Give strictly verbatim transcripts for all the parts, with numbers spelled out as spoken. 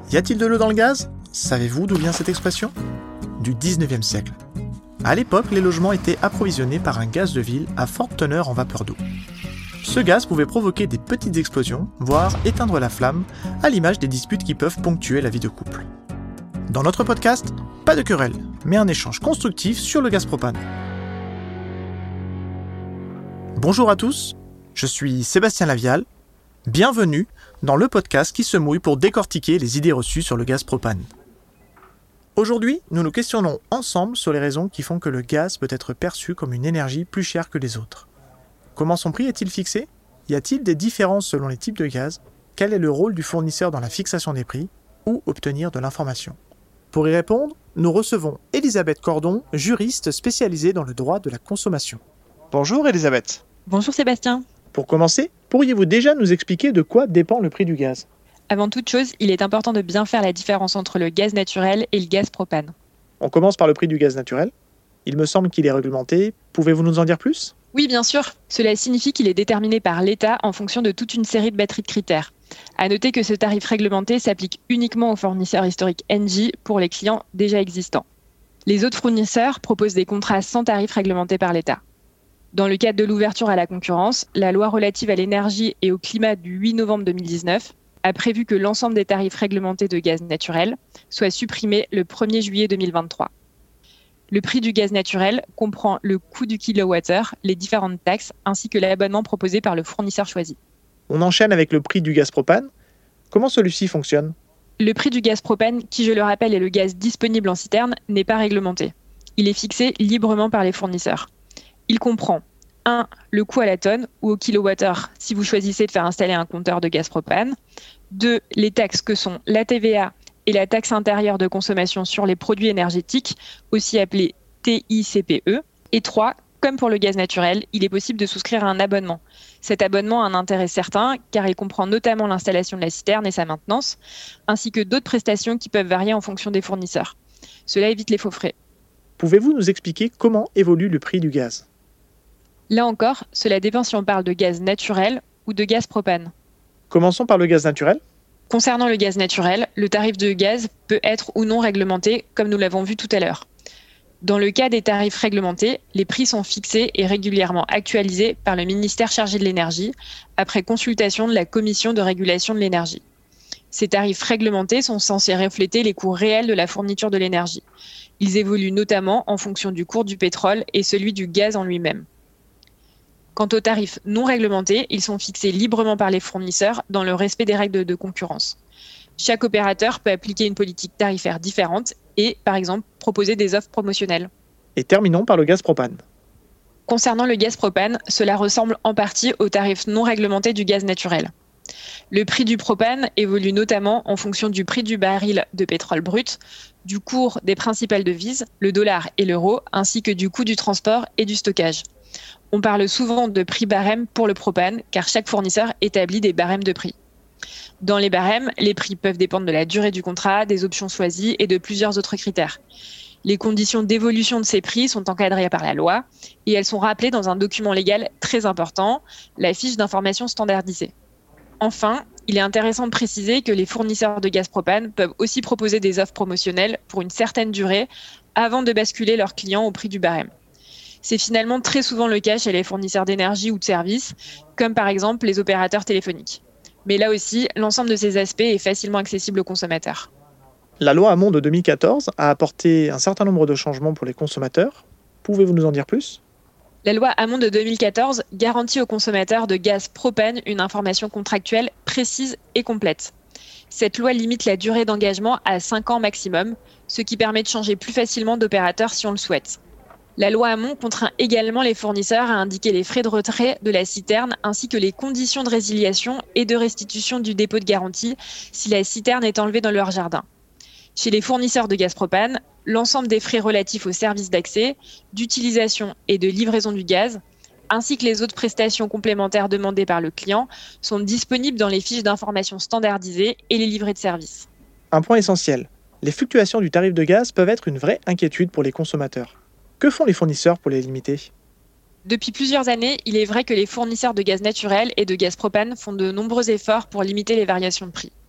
Y a-t-il de l'eau dans le gaz ? Savez-vous d'où vient cette expression ? Du dix-neuvième siècle. À l'époque, les logements étaient approvisionnés par un gaz de ville à forte teneur en vapeur d'eau. Ce gaz pouvait provoquer des petites explosions, voire éteindre la flamme, à l'image des disputes qui peuvent ponctuer la vie de couple. Dans notre podcast, pas de querelle, mais un échange constructif sur le gaz propane. Bonjour à tous, je suis Sébastien Lavial. Bienvenue dans le podcast qui se mouille pour décortiquer les idées reçues sur le gaz propane. Aujourd'hui, nous nous questionnons ensemble sur les raisons qui font que le gaz peut être perçu comme une énergie plus chère que les autres. Comment son prix est-il fixé ? Y a-t-il des différences selon les types de gaz ? Quel est le rôle du fournisseur dans la fixation des prix ? Ou obtenir de l'information ? Pour y répondre, nous recevons Elisabeth Cordon, juriste spécialisée dans le droit de la consommation. Bonjour Elisabeth. Bonjour Sébastien. Pour commencer, pourriez-vous déjà nous expliquer de quoi dépend le prix du gaz ? Avant toute chose, il est important de bien faire la différence entre le gaz naturel et le gaz propane. On commence par le prix du gaz naturel. Il me semble qu'il est réglementé. Pouvez-vous nous en dire plus ? Oui, bien sûr. Cela signifie qu'il est déterminé par l'État en fonction de toute une série de batteries de critères. À noter que ce tarif réglementé s'applique uniquement aux fournisseurs historiques Engie pour les clients déjà existants. Les autres fournisseurs proposent des contrats sans tarif réglementé par l'État. Dans le cadre de l'ouverture à la concurrence, la loi relative à l'énergie et au climat du huit novembre deux mille dix-neuf a prévu que l'ensemble des tarifs réglementés de gaz naturel soient supprimés le premier juillet deux mille vingt-trois. Le prix du gaz naturel comprend le coût du kilowattheure, les différentes taxes, ainsi que l'abonnement proposé par le fournisseur choisi. On enchaîne avec le prix du gaz propane. Comment celui-ci fonctionne ? Le prix du gaz propane, qui je le rappelle est le gaz disponible en citerne, n'est pas réglementé. Il est fixé librement par les fournisseurs. Il comprend un. Le coût à la tonne ou au kilowattheure si vous choisissez de faire installer un compteur de gaz propane. deux. Les taxes que sont la T V A et la taxe intérieure de consommation sur les produits énergétiques, aussi appelée T I C P E. Et trois. Comme pour le gaz naturel, il est possible de souscrire à un abonnement. Cet abonnement a un intérêt certain car il comprend notamment l'installation de la citerne et sa maintenance, ainsi que d'autres prestations qui peuvent varier en fonction des fournisseurs. Cela évite les faux frais. Pouvez-vous nous expliquer comment évolue le prix du gaz ? Là encore, cela dépend si on parle de gaz naturel ou de gaz propane. Commençons par le gaz naturel. Concernant le gaz naturel, le tarif de gaz peut être ou non réglementé, comme nous l'avons vu tout à l'heure. Dans le cas des tarifs réglementés, les prix sont fixés et régulièrement actualisés par le ministère chargé de l'énergie, après consultation de la Commission de régulation de l'énergie. Ces tarifs réglementés sont censés refléter les coûts réels de la fourniture de l'énergie. Ils évoluent notamment en fonction du cours du pétrole et celui du gaz en lui-même. Quant aux tarifs non réglementés, ils sont fixés librement par les fournisseurs dans le respect des règles de concurrence. Chaque opérateur peut appliquer une politique tarifaire différente et, par exemple, proposer des offres promotionnelles. Et terminons par le gaz propane. Concernant le gaz propane, cela ressemble en partie aux tarifs non réglementés du gaz naturel. Le prix du propane évolue notamment en fonction du prix du baril de pétrole brut, du cours des principales devises, le dollar et l'euro, ainsi que du coût du transport et du stockage. On parle souvent de prix barème pour le propane, car chaque fournisseur établit des barèmes de prix. Dans les barèmes, les prix peuvent dépendre de la durée du contrat, des options choisies et de plusieurs autres critères. Les conditions d'évolution de ces prix sont encadrées par la loi et elles sont rappelées dans un document légal très important, la fiche d'information standardisée. Enfin, il est intéressant de préciser que les fournisseurs de gaz propane peuvent aussi proposer des offres promotionnelles pour une certaine durée avant de basculer leurs clients au prix du barème. C'est finalement très souvent le cas chez les fournisseurs d'énergie ou de services, comme par exemple les opérateurs téléphoniques. Mais là aussi, l'ensemble de ces aspects est facilement accessible aux consommateurs. La loi Hamon de deux mille quatorze a apporté un certain nombre de changements pour les consommateurs. Pouvez-vous nous en dire plus ? La loi Hamon de deux mille quatorze garantit aux consommateurs de gaz propane une information contractuelle précise et complète. Cette loi limite la durée d'engagement à cinq ans maximum, ce qui permet de changer plus facilement d'opérateur si on le souhaite. La loi Hamon contraint également les fournisseurs à indiquer les frais de retrait de la citerne ainsi que les conditions de résiliation et de restitution du dépôt de garantie si la citerne est enlevée dans leur jardin. Chez les fournisseurs de gaz propane, l'ensemble des frais relatifs aux services d'accès, d'utilisation et de livraison du gaz, ainsi que les autres prestations complémentaires demandées par le client, sont disponibles dans les fiches d'information standardisées et les livrets de service. Un point essentiel, les fluctuations du tarif de gaz peuvent être une vraie inquiétude pour les consommateurs. Que font les fournisseurs pour les limiter ? Depuis plusieurs années, il est vrai que les fournisseurs de gaz naturel et de gaz propane font de nombreux efforts pour limiter les variations de prix.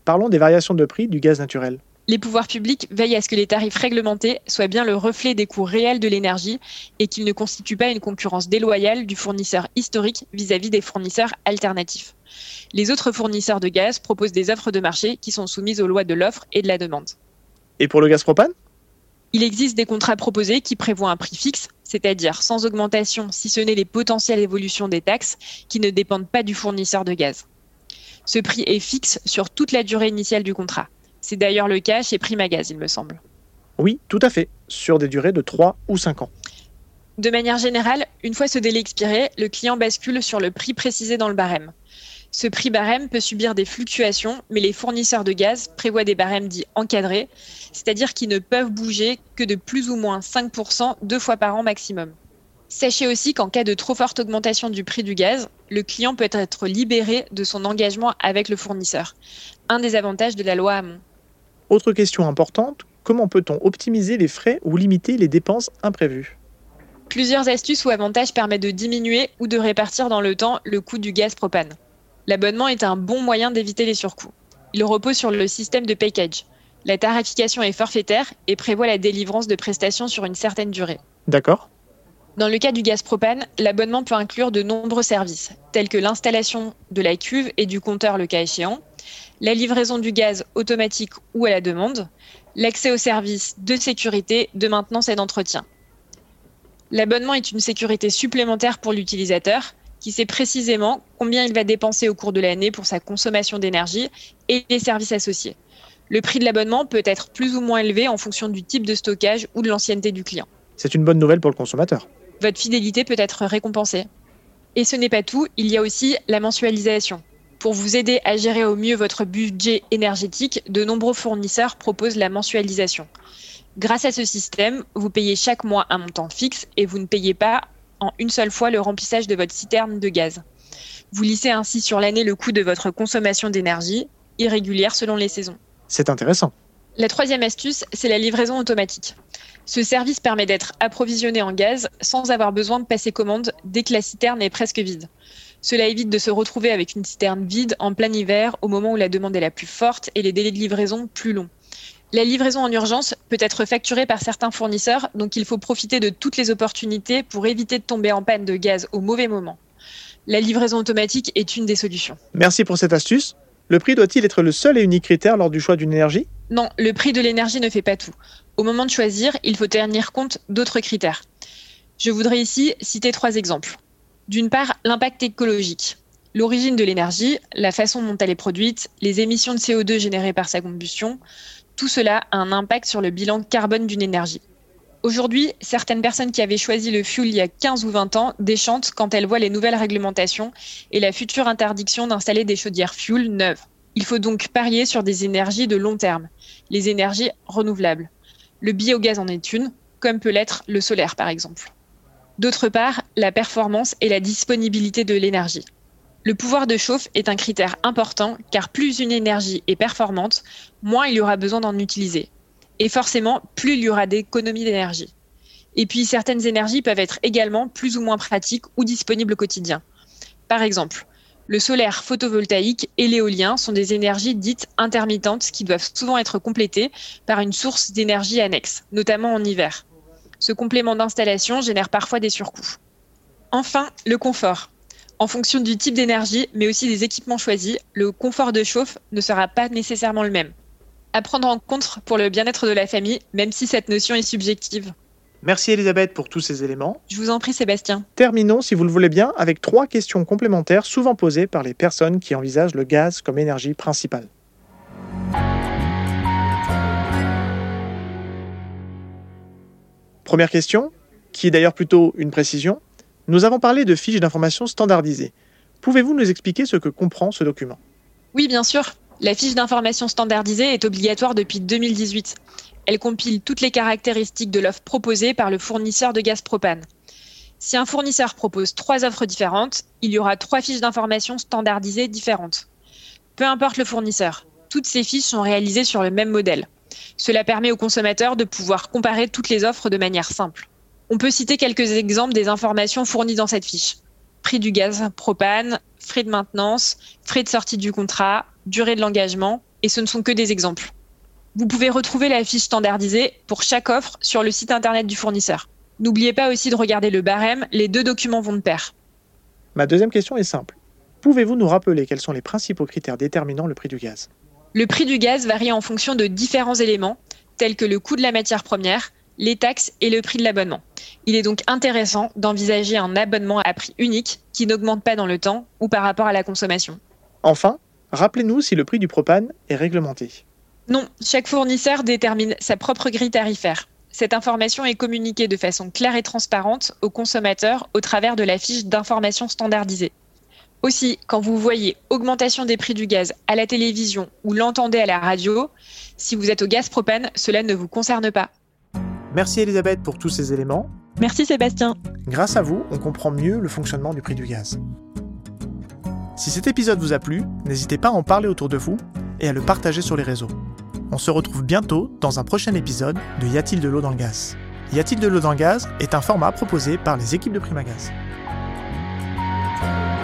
Parlons des variations de prix du gaz naturel. Les pouvoirs publics veillent à ce que les tarifs réglementés soient bien le reflet des coûts réels de l'énergie et qu'ils ne constituent pas une concurrence déloyale du fournisseur historique vis-à-vis des fournisseurs alternatifs. Les autres fournisseurs de gaz proposent des offres de marché qui sont soumises aux lois de l'offre et de la demande. Et pour le gaz propane ? Il existe des contrats proposés qui prévoient un prix fixe, c'est-à-dire sans augmentation si ce n'est les potentielles évolutions des taxes qui ne dépendent pas du fournisseur de gaz. Ce prix est fixe sur toute la durée initiale du contrat. C'est d'ailleurs le cas chez Primagaz, il me semble. Oui, tout à fait, sur des durées de trois ou cinq ans. De manière générale, une fois ce délai expiré, le client bascule sur le prix précisé dans le barème. Ce prix barème peut subir des fluctuations, mais les fournisseurs de gaz prévoient des barèmes dits encadrés, c'est-à-dire qu'ils ne peuvent bouger que de plus ou moins cinq pour cent deux fois par an maximum. Sachez aussi qu'en cas de trop forte augmentation du prix du gaz, le client peut être libéré de son engagement avec le fournisseur. Un des avantages de la loi Hamon. Autre question importante, comment peut-on optimiser les frais ou limiter les dépenses imprévues ? Plusieurs astuces ou avantages permettent de diminuer ou de répartir dans le temps le coût du gaz propane. L'abonnement est un bon moyen d'éviter les surcoûts. Il repose sur le système de package. La tarification est forfaitaire et prévoit la délivrance de prestations sur une certaine durée. D'accord. Dans le cas du gaz propane, l'abonnement peut inclure de nombreux services, tels que l'installation de la cuve et du compteur le cas échéant, la livraison du gaz automatique ou à la demande, l'accès aux services de sécurité, de maintenance et d'entretien. L'abonnement est une sécurité supplémentaire pour l'utilisateur qui sait précisément combien il va dépenser au cours de l'année pour sa consommation d'énergie et les services associés. Le prix de l'abonnement peut être plus ou moins élevé en fonction du type de stockage ou de l'ancienneté du client. C'est une bonne nouvelle pour le consommateur. Votre fidélité peut être récompensée. Et ce n'est pas tout, il y a aussi la mensualisation. Pour vous aider à gérer au mieux votre budget énergétique, de nombreux fournisseurs proposent la mensualisation. Grâce à ce système, vous payez chaque mois un montant fixe et vous ne payez pas en une seule fois le remplissage de votre citerne de gaz. Vous lissez ainsi sur l'année le coût de votre consommation d'énergie, irrégulière selon les saisons. C'est intéressant. La troisième astuce, c'est la livraison automatique. Ce service permet d'être approvisionné en gaz sans avoir besoin de passer commande dès que la citerne est presque vide. Cela évite de se retrouver avec une citerne vide en plein hiver au moment où la demande est la plus forte et les délais de livraison plus longs. La livraison en urgence peut être facturée par certains fournisseurs, donc il faut profiter de toutes les opportunités pour éviter de tomber en panne de gaz au mauvais moment. La livraison automatique est une des solutions. Merci pour cette astuce. Le prix doit-il être le seul et unique critère lors du choix d'une énergie ? Non, le prix de l'énergie ne fait pas tout. Au moment de choisir, il faut tenir compte d'autres critères. Je voudrais ici citer trois exemples. D'une part, l'impact écologique. L'origine de l'énergie, la façon dont elle est produite, les émissions de C O deux générées par sa combustion, tout cela a un impact sur le bilan carbone d'une énergie. Aujourd'hui, certaines personnes qui avaient choisi le fioul il y a quinze ou vingt ans déchantent quand elles voient les nouvelles réglementations et la future interdiction d'installer des chaudières fioul neuves. Il faut donc parier sur des énergies de long terme, les énergies renouvelables. Le biogaz en est une, comme peut l'être le solaire par exemple. D'autre part, la performance et la disponibilité de l'énergie. Le pouvoir de chauffe est un critère important car plus une énergie est performante, moins il y aura besoin d'en utiliser. Et forcément, plus il y aura d'économies d'énergie. Et puis certaines énergies peuvent être également plus ou moins pratiques ou disponibles au quotidien. Par exemple, le solaire photovoltaïque et l'éolien sont des énergies dites intermittentes qui doivent souvent être complétées par une source d'énergie annexe, notamment en hiver. Ce complément d'installation génère parfois des surcoûts. Enfin, le confort. En fonction du type d'énergie, mais aussi des équipements choisis, le confort de chauffe ne sera pas nécessairement le même. À prendre en compte pour le bien-être de la famille, même si cette notion est subjective. Merci Elisabeth pour tous ces éléments. Je vous en prie Sébastien. Terminons, si vous le voulez bien, avec trois questions complémentaires souvent posées par les personnes qui envisagent le gaz comme énergie principale. Première question, qui est d'ailleurs plutôt une précision. Nous avons parlé de fiches d'information standardisées. Pouvez-vous nous expliquer ce que comprend ce document ? Oui, bien sûr. La fiche d'information standardisée est obligatoire depuis deux mille dix-huit. Elle compile toutes les caractéristiques de l'offre proposée par le fournisseur de gaz propane. Si un fournisseur propose trois offres différentes, il y aura trois fiches d'information standardisées différentes. Peu importe le fournisseur, toutes ces fiches sont réalisées sur le même modèle. Cela permet aux consommateurs de pouvoir comparer toutes les offres de manière simple. On peut citer quelques exemples des informations fournies dans cette fiche. Prix du gaz propane, frais de maintenance, frais de sortie du contrat, durée de l'engagement, Et ce ne sont que des exemples. Vous pouvez retrouver la fiche standardisée pour chaque offre sur le site internet du fournisseur. N'oubliez pas aussi de regarder le barème, les deux documents vont de pair. Ma deuxième question est simple. Pouvez-vous nous rappeler quels sont les principaux critères déterminant le prix du gaz ? Le prix du gaz varie en fonction de différents éléments, tels que le coût de la matière première, les taxes et le prix de l'abonnement. Il est donc intéressant d'envisager un abonnement à prix unique qui n'augmente pas dans le temps ou par rapport à la consommation. Enfin, rappelez-nous si le prix du propane est réglementé. Non, chaque fournisseur détermine sa propre grille tarifaire. Cette information est communiquée de façon claire et transparente aux consommateurs au travers de la fiche d'information standardisée. Aussi, quand vous voyez augmentation des prix du gaz à la télévision ou l'entendez à la radio, si vous êtes au gaz propane, cela ne vous concerne pas. Merci Elisabeth pour tous ces éléments. Merci Sébastien. Grâce à vous, on comprend mieux le fonctionnement du prix du gaz. Si cet épisode vous a plu, n'hésitez pas à en parler autour de vous et à le partager sur les réseaux. On se retrouve bientôt dans un prochain épisode de Y a-t-il de l'eau dans le gaz ? Y a-t-il de l'eau dans le gaz est un format proposé par les équipes de Primagaz.